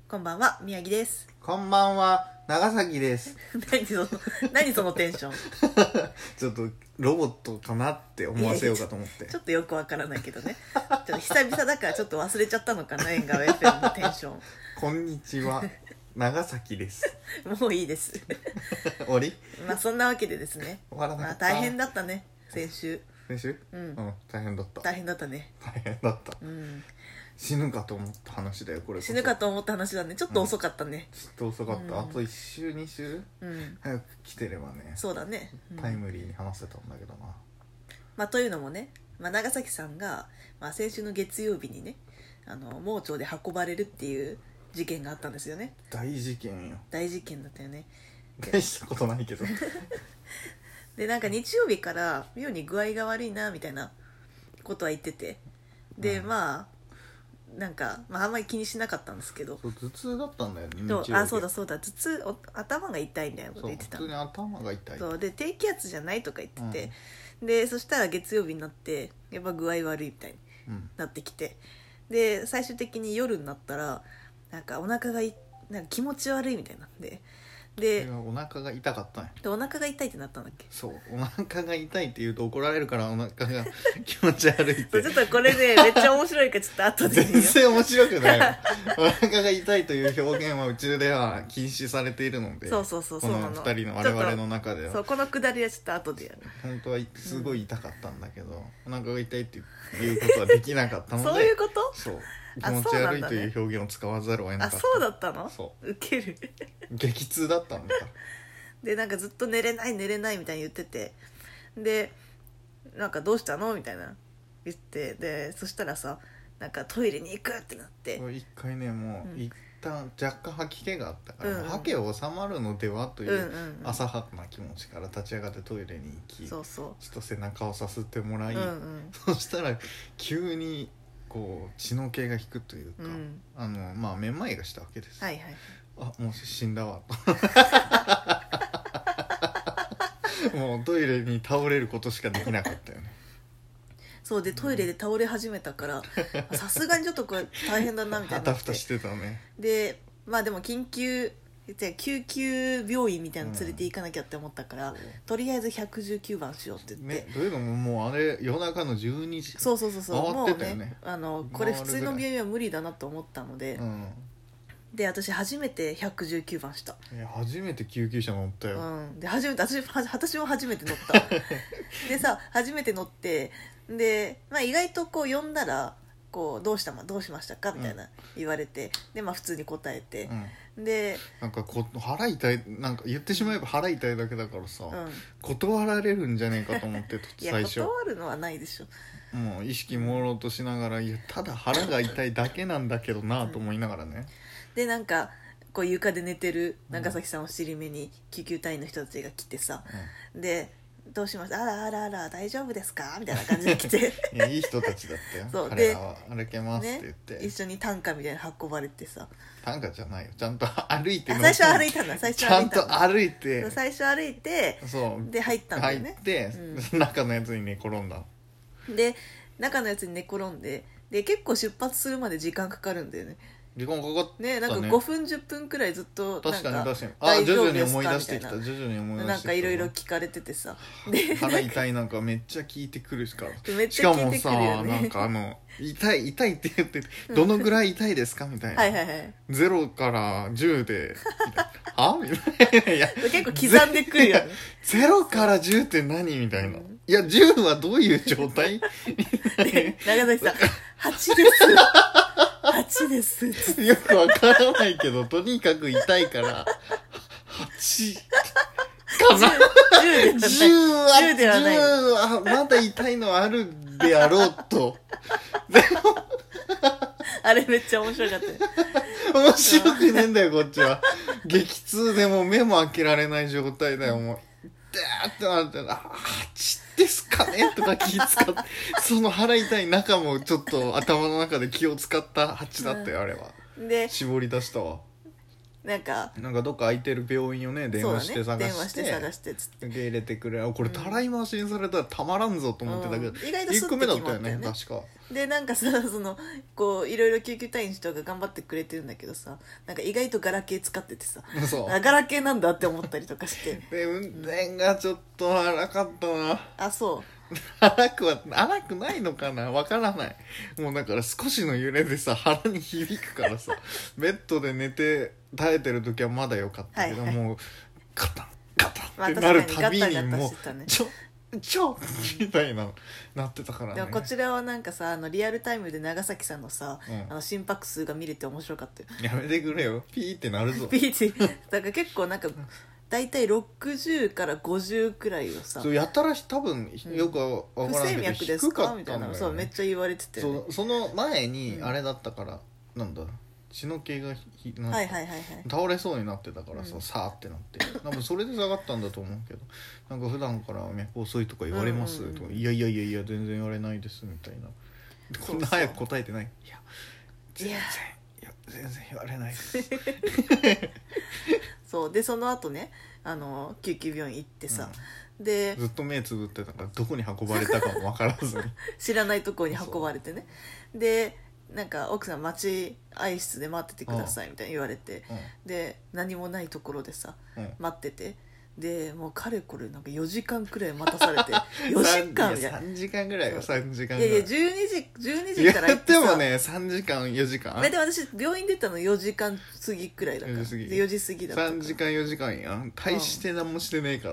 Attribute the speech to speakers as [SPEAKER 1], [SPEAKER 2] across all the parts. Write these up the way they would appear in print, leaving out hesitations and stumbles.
[SPEAKER 1] こんばんは、宮城です。
[SPEAKER 2] こんばんは、長崎です。
[SPEAKER 1] 何そのテンション
[SPEAKER 2] ちょっとロボットかなって思わせようかと思って。
[SPEAKER 1] ちょっとよくわからないけどね。ちょっと久々だからちょっと忘れちゃったのかな、縁側 FM のテンション。
[SPEAKER 2] こんにちは、長崎です。
[SPEAKER 1] もういいです。
[SPEAKER 2] 終わり？
[SPEAKER 1] まあそんなわけでですね。
[SPEAKER 2] 終わらなかった。
[SPEAKER 1] 大変だったね、先週。
[SPEAKER 2] 先週？
[SPEAKER 1] うん、
[SPEAKER 2] 大変だった。
[SPEAKER 1] 大変だったね。
[SPEAKER 2] 大変だった。
[SPEAKER 1] うん。
[SPEAKER 2] 死ぬかと思った話だよ、これこそ。
[SPEAKER 1] 死ぬかと思った話だね。ちょっと遅かったね。
[SPEAKER 2] ちょっと遅かった。あと1週2週、早く来てればね。
[SPEAKER 1] そうだね。
[SPEAKER 2] タイムリーに話せたんだけどな。
[SPEAKER 1] まあというのもね、長崎さんが、先週の月曜日にね、盲腸で運ばれるっていう事件があったんですよね。
[SPEAKER 2] 大事件よ。
[SPEAKER 1] 大事件だったよね。
[SPEAKER 2] 大したことないけど。
[SPEAKER 1] でなんか日曜日から妙に具合が悪いなみたいなことは言ってて、で、なんか、あんまり気にしなかったんですけど、
[SPEAKER 2] そう頭痛だったんだよね。
[SPEAKER 1] そうだ頭痛、頭が痛いみたいなこと言ってたの。
[SPEAKER 2] 普通に頭が痛い。
[SPEAKER 1] そうで低気圧じゃないとか言ってて、でそしたら月曜日になってやっぱ具合悪いみたいになってきて、で最終的に夜になったらなんかお腹がなんか気持ち悪いみたいになって、で
[SPEAKER 2] お腹が痛かったね。
[SPEAKER 1] でお腹が痛いってなったんだっけ。
[SPEAKER 2] そう、お腹が痛いって言うと怒られるから、お腹が気持ち悪いって
[SPEAKER 1] ちょっとこれねめっちゃ面白いからちょっと後で
[SPEAKER 2] 全然面白くないよ。お腹が痛いという表現はうちでは禁止されているので、
[SPEAKER 1] そう
[SPEAKER 2] この2人の我々の中では。
[SPEAKER 1] そう、このくだりはちょっと後でやる。
[SPEAKER 2] 本当はすごい痛かったんだけど、お腹が痛いっていうことはできなかったので。
[SPEAKER 1] そういうこと？
[SPEAKER 2] そう、気持ち悪いという表現を使わざるを得なかった。
[SPEAKER 1] そうだったの？
[SPEAKER 2] そう、
[SPEAKER 1] ウケる。
[SPEAKER 2] 激痛だったんだ。
[SPEAKER 1] でなんかずっと寝れないみたいに言ってて、でなんかどうしたのみたいな言って、でそしたらさ、なんかトイレに行くってなって、
[SPEAKER 2] 一回ねもう一旦若干吐き気があったから、吐き気収まるのではという浅はかな気持ちから立ち上がってトイレに行き、ちょっと背中をさすってもらい、そしたら急にこう血の気が引くというか、めまいがしたわけです。
[SPEAKER 1] はいはい、
[SPEAKER 2] あ、もう死んだわと。もうトイレに倒れることしかできなかったよね。
[SPEAKER 1] そうでトイレで倒れ始めたからさすがにちょっとこれ大変だなみたいな。
[SPEAKER 2] あたふたしてたね。
[SPEAKER 1] ででも救急病院みたいなの連れて行かなきゃって思ったから、とりあえず119番しようって言って、
[SPEAKER 2] というのももうあれ夜中の12時
[SPEAKER 1] そう
[SPEAKER 2] 回ってたよね。
[SPEAKER 1] もうねこれ普通の病院は無理だなと思ったので、で私初めて119番した。
[SPEAKER 2] 初めて救急車乗ったよ。
[SPEAKER 1] で私も初めて乗ったでさ、初めて乗って、で、意外とこう呼んだらこうどうしましたかみたいな言われて、で普通に答えて、で
[SPEAKER 2] なんか腹痛い、なんか言ってしまえば腹痛いだけだからさ、断られるんじゃねえかと思って最初。
[SPEAKER 1] いや断るのはないでしょ。
[SPEAKER 2] もう意識朦朧としながら、いやただ腹が痛いだけなんだけどなと思いながらね。
[SPEAKER 1] でなんかこう床で寝てる長崎さんを尻目に救急隊員の人たちが来てさ、でどうしました、あら大丈夫ですかみたいな感じで来て
[SPEAKER 2] いやいい人たちだったよ。
[SPEAKER 1] そう
[SPEAKER 2] 彼らは歩けますって言って、
[SPEAKER 1] 一緒に担架みたいに運ばれてさ、
[SPEAKER 2] 担架じゃないよ、ちゃんと歩いて
[SPEAKER 1] 最初歩いたんだ、
[SPEAKER 2] ちゃんと歩いて、
[SPEAKER 1] 最初歩いて、
[SPEAKER 2] そう
[SPEAKER 1] で入ったんだよね。
[SPEAKER 2] 入って、中のやつに寝転んだ。
[SPEAKER 1] で中のやつに寝転んで、結構出発するまで時間かかるんだよね。
[SPEAKER 2] 時間かかったね。
[SPEAKER 1] なんか5分10分くらいずっと
[SPEAKER 2] 確かに
[SPEAKER 1] 大
[SPEAKER 2] 徐々に
[SPEAKER 1] 丈夫ですか
[SPEAKER 2] 思い出してきた。
[SPEAKER 1] なんかいろいろ聞かれててさ、
[SPEAKER 2] で腹痛いなんかめっちゃ聞いてくるしから
[SPEAKER 1] めっちゃ聞いてくるよね。
[SPEAKER 2] しかもさ、なんか痛いって言ってどのぐらい痛いですかみたいな。0から10ではみたいな。いや
[SPEAKER 1] 結構刻んでくるよね。
[SPEAKER 2] 0から10って何みたいな。いや10はどういう状態
[SPEAKER 1] 長崎さん8です8です
[SPEAKER 2] よくわからないけど、とにかく痛いから8かな。
[SPEAKER 1] 10ではない。
[SPEAKER 2] 10はまだ痛いのあるであろうと。でも
[SPEAKER 1] あれめっちゃ面白かった。
[SPEAKER 2] 面白くねえんだよこっちは。激痛でも目も開けられない状態だよ。もうでーってなって8ですかねとか気使ってその腹痛い中もちょっと頭の中で気を使った8だったよあれは。で絞り出したわ。
[SPEAKER 1] なんか
[SPEAKER 2] どっか空いてる病院をね電話して探
[SPEAKER 1] 電話して探してつって
[SPEAKER 2] 受け入れてくれ、これたらい回しにされたらたまらんぞと思ってたけど、
[SPEAKER 1] 意外とスッて決まったよね。
[SPEAKER 2] 1個目だったよね確か。
[SPEAKER 1] でなんかさこういろいろ救急隊員の人が頑張ってくれてるんだけどさ、なんか意外とガラケー使っててさ、
[SPEAKER 2] そう
[SPEAKER 1] ガラケーなんだって思ったりとかして
[SPEAKER 2] で運転がちょっと荒かったな。
[SPEAKER 1] あそう
[SPEAKER 2] 荒くないのかなわからない。もうだから少しの揺れでさ腹に響くからさベッドで寝て耐えてる時はまだよかったけど、もうガタンガタンってなるたびにもうちょみたいななってたからね。
[SPEAKER 1] でもこちらはなんかさリアルタイムで長崎さんのさ、心拍数が見れて面白かったよ。
[SPEAKER 2] やめてくれよピーってなるぞ
[SPEAKER 1] ピーってだから結構なんかだいたい60から50くらいをさ、
[SPEAKER 2] そうやったら多分よくわからんけど、
[SPEAKER 1] 不整脈ですかみたいな、そうめっちゃ言われてて、
[SPEAKER 2] ね、その前にあれだったから、なんだ血の気が倒れそうになってたからさ、さーってなって多分それで下がったんだと思うけど、なんか普段から脈遅いとか言われます、とかいや全然言われないですみたいな。こんな早く答えてない。いや全然言われないです
[SPEAKER 1] そうでその後ね救急病院行ってさ、で
[SPEAKER 2] ずっと目つぶってたからどこに運ばれたかも分からずに
[SPEAKER 1] 知らないところに運ばれてね、でなんか奥さん待合室で待っててくださいみたいに言われて、で何もないところでさ、待ってて、でもうかれこれなんか4時間くらい待たされて4時間
[SPEAKER 2] いや3時間ぐらいよ3時間ぐらい。
[SPEAKER 1] いや12時から行ってさ、
[SPEAKER 2] やってもね3時間4時間
[SPEAKER 1] で私病院出たの4時間過ぎくらいだから4時過ぎだったから
[SPEAKER 2] 3時間4時間やん大して何もしてねえから、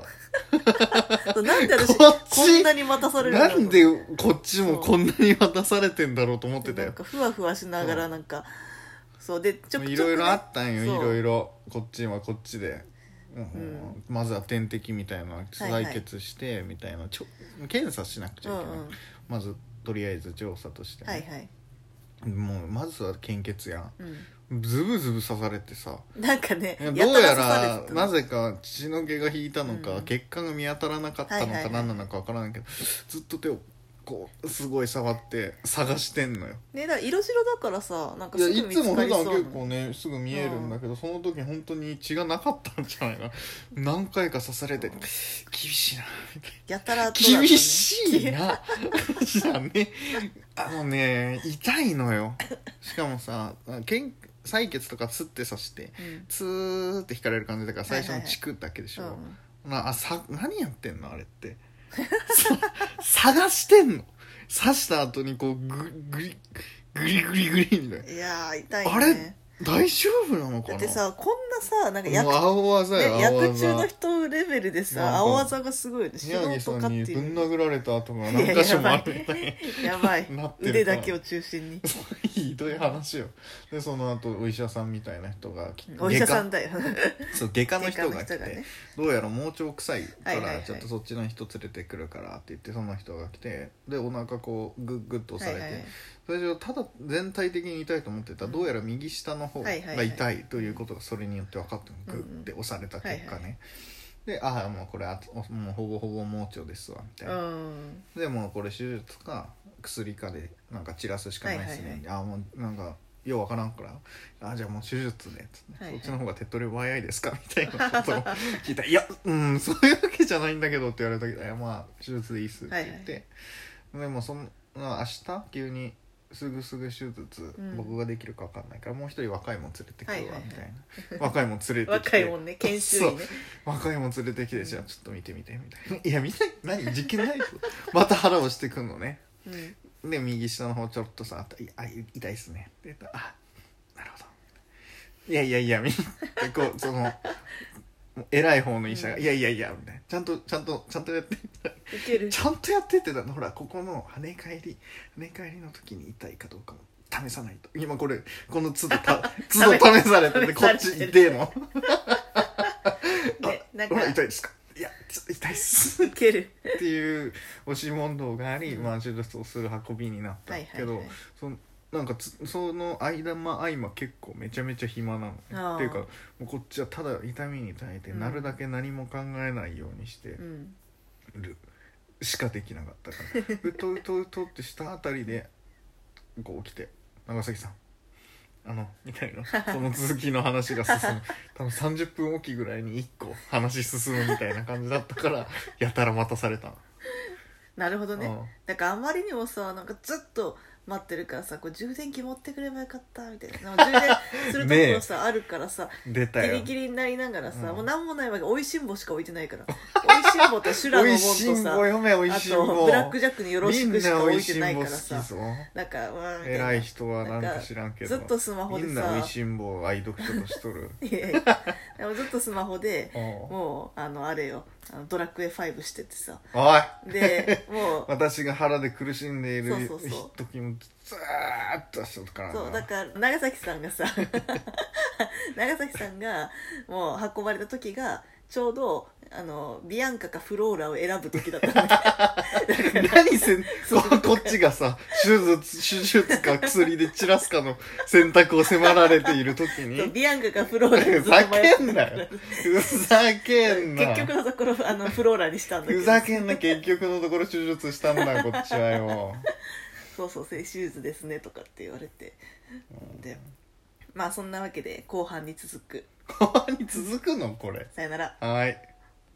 [SPEAKER 1] なんで私こんなに待たされるんだろう、
[SPEAKER 2] なんでこっちもこんなに待たされてんだろうと思ってたよ。
[SPEAKER 1] なんかふわふわしながらなんかそうでちょくちょく、ね、
[SPEAKER 2] いろいろあったんよ。いろいろこっちはこっちで、まずは点滴みたいな採血してみたいな、検査しなくちゃいけない、まずとりあえず調査として、ねもうまずは献血やん、ズブズブ刺されてさ、
[SPEAKER 1] なんかね
[SPEAKER 2] どうやらなぜか血の気が引いたのか、血管が見当たらなかったのか何なのか分からないけど、ずっと手をこうすごい触って探してんのよ。
[SPEAKER 1] ね、だから色白だからさ、なんかすぐ見つかりそう。
[SPEAKER 2] いつも普段結構ねすぐ見えるんだけど、その時本当に血がなかったんじゃないかな。何回か刺されて厳しいな
[SPEAKER 1] やたら
[SPEAKER 2] 厳しいなじゃね痛いのよ。しかもさ採血とかツッて刺して、ツーって引かれる感じだから最初のチクだけでしょ、何やってんのあれって探してんの。刺した後にこうグリみたいな。
[SPEAKER 1] いやー痛いね。
[SPEAKER 2] あれ大丈夫なのかな。
[SPEAKER 1] だってさこんなさなんか
[SPEAKER 2] 青技よ、
[SPEAKER 1] 役中の人レベルでさ青技がすごいよね。
[SPEAKER 2] 宮城さんにぶん殴られた後が何か所もあるみたい
[SPEAKER 1] やばい腕だけを中心に
[SPEAKER 2] ひどい話よ。でその後お医者さんみたいな人が来て、
[SPEAKER 1] お医者さんだよ
[SPEAKER 2] そう外科の人が来て、
[SPEAKER 1] ね、
[SPEAKER 2] どうやら盲腸臭いからちょっとそっちの人連れてくるからって言ってその人が来て、でお腹こうグッグッと押されて、最初ただ全体的に痛いと思ってたら、どうやら右下の方が痛いということがそれによって分かったの。グッて押された結果ね、でもうこれもうほぼほぼ盲腸ですわみたいな、でもうこれ手術か薬かでなんか散らすしかないですね、もうなんかようわからんからじゃあもう手術でつって、そっちの方が手っ取り早いですかみたいなことを聞いたらいやそういうわけじゃないんだけどって言われたけど、まあ手術でいいっすって言って、でも明日急にすぐ手術、僕ができるか分かんないからもう一人若いもん連れてくるわみたいな、若いもん連れてきて
[SPEAKER 1] 若いもんね研修医ね
[SPEAKER 2] 若いもん連れてきて、じゃあちょっと見てみたいな、いや見て何実験ないとまた腹をしてくんのね、で右下の方ちょっとさ痛いっすねって言ったらなるほど、いやみんなこうその偉い方の医者が、いやみたいな、ちゃんとやって
[SPEAKER 1] いける、
[SPEAKER 2] ちゃんとやってってほらここの跳ね返りの時に痛いかどうかも試さないと、今この都度試されててこっち痛えのなんか痛いですか、いや痛いっす
[SPEAKER 1] いける
[SPEAKER 2] っていう押し問答があり、手術をする運びになったけど、なんかその合間結構めちゃめちゃ暇なのっていうか、もうこっちはただ痛みに耐えて、なるだけ何も考えないようにしてるしかできなかったからうとってしたあたりでこう起きて、長崎さんみたいなその続きの話が進む多分30分おきぐらいに1個話進むみたいな感じだったからやたら待たされた。
[SPEAKER 1] なるほどね、だからあまりにもさなんかずっと待ってるからさこう充電器持ってくればよかったみたいな充電するところさあるからさ
[SPEAKER 2] 出たよ
[SPEAKER 1] ギリギリになりながらさ、もう何もないわけ。おいしんぼしか置いてないからおいしんぼとシュラの門とさあとブラックジャックによろしくしか置いてないからさなんか
[SPEAKER 2] 偉い人はなんか知らんけど
[SPEAKER 1] ずっとスマホでさ
[SPEAKER 2] みんなおいしんぼを愛読書としとる
[SPEAKER 1] いやいやでもずっとスマホでもうあれよドラクエ5しててさ
[SPEAKER 2] おい
[SPEAKER 1] でもう
[SPEAKER 2] 私が腹で苦しんでいる時もずーっとしとるからな。
[SPEAKER 1] そうだから長崎さんがさ長崎さんがもう運ばれた時がちょうどビアンカかフローラを選ぶ時だったので
[SPEAKER 2] 何こっちがさ手術か薬で散らすかの選択を迫られている時に
[SPEAKER 1] ビアンカかフローラ
[SPEAKER 2] にずっと迷ってたからふざけんな
[SPEAKER 1] 結局のところフローラにしたんだけど
[SPEAKER 2] ふざけんな結局のところ手術したんだこっちはよ
[SPEAKER 1] そう手術ですねとかって言われて、でまあそんなわけで後半に続く
[SPEAKER 2] のこれ
[SPEAKER 1] さよなら。
[SPEAKER 2] はい。